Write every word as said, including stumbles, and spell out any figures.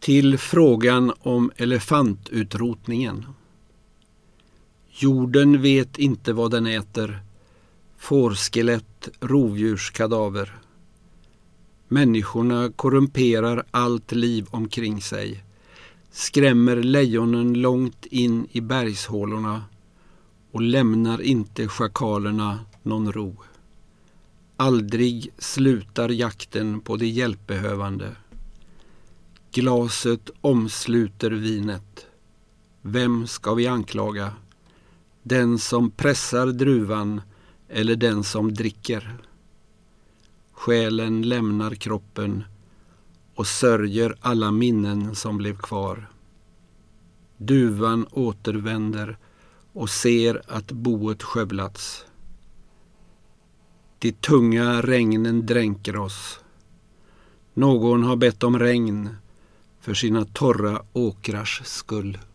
Till frågan om elefantutrotningen. Jorden vet inte vad den äter. Fårskelett, rovdjurskadaver. Människorna korrumperar allt liv omkring sig. Skrämmer lejonen långt in i bergshålorna och lämnar inte schakalerna någon ro. Aldrig slutar jakten på det hjälpbehövande. Glaset omsluter vinet. Vem ska vi anklaga? Den som pressar druvan eller den som dricker? Själen lämnar kroppen och sörjer alla minnen som blev kvar. Duvan återvänder och ser att boet skövlats. De tunga regnen dränker oss. Någon har bett om regn för sina torra åkrars skull.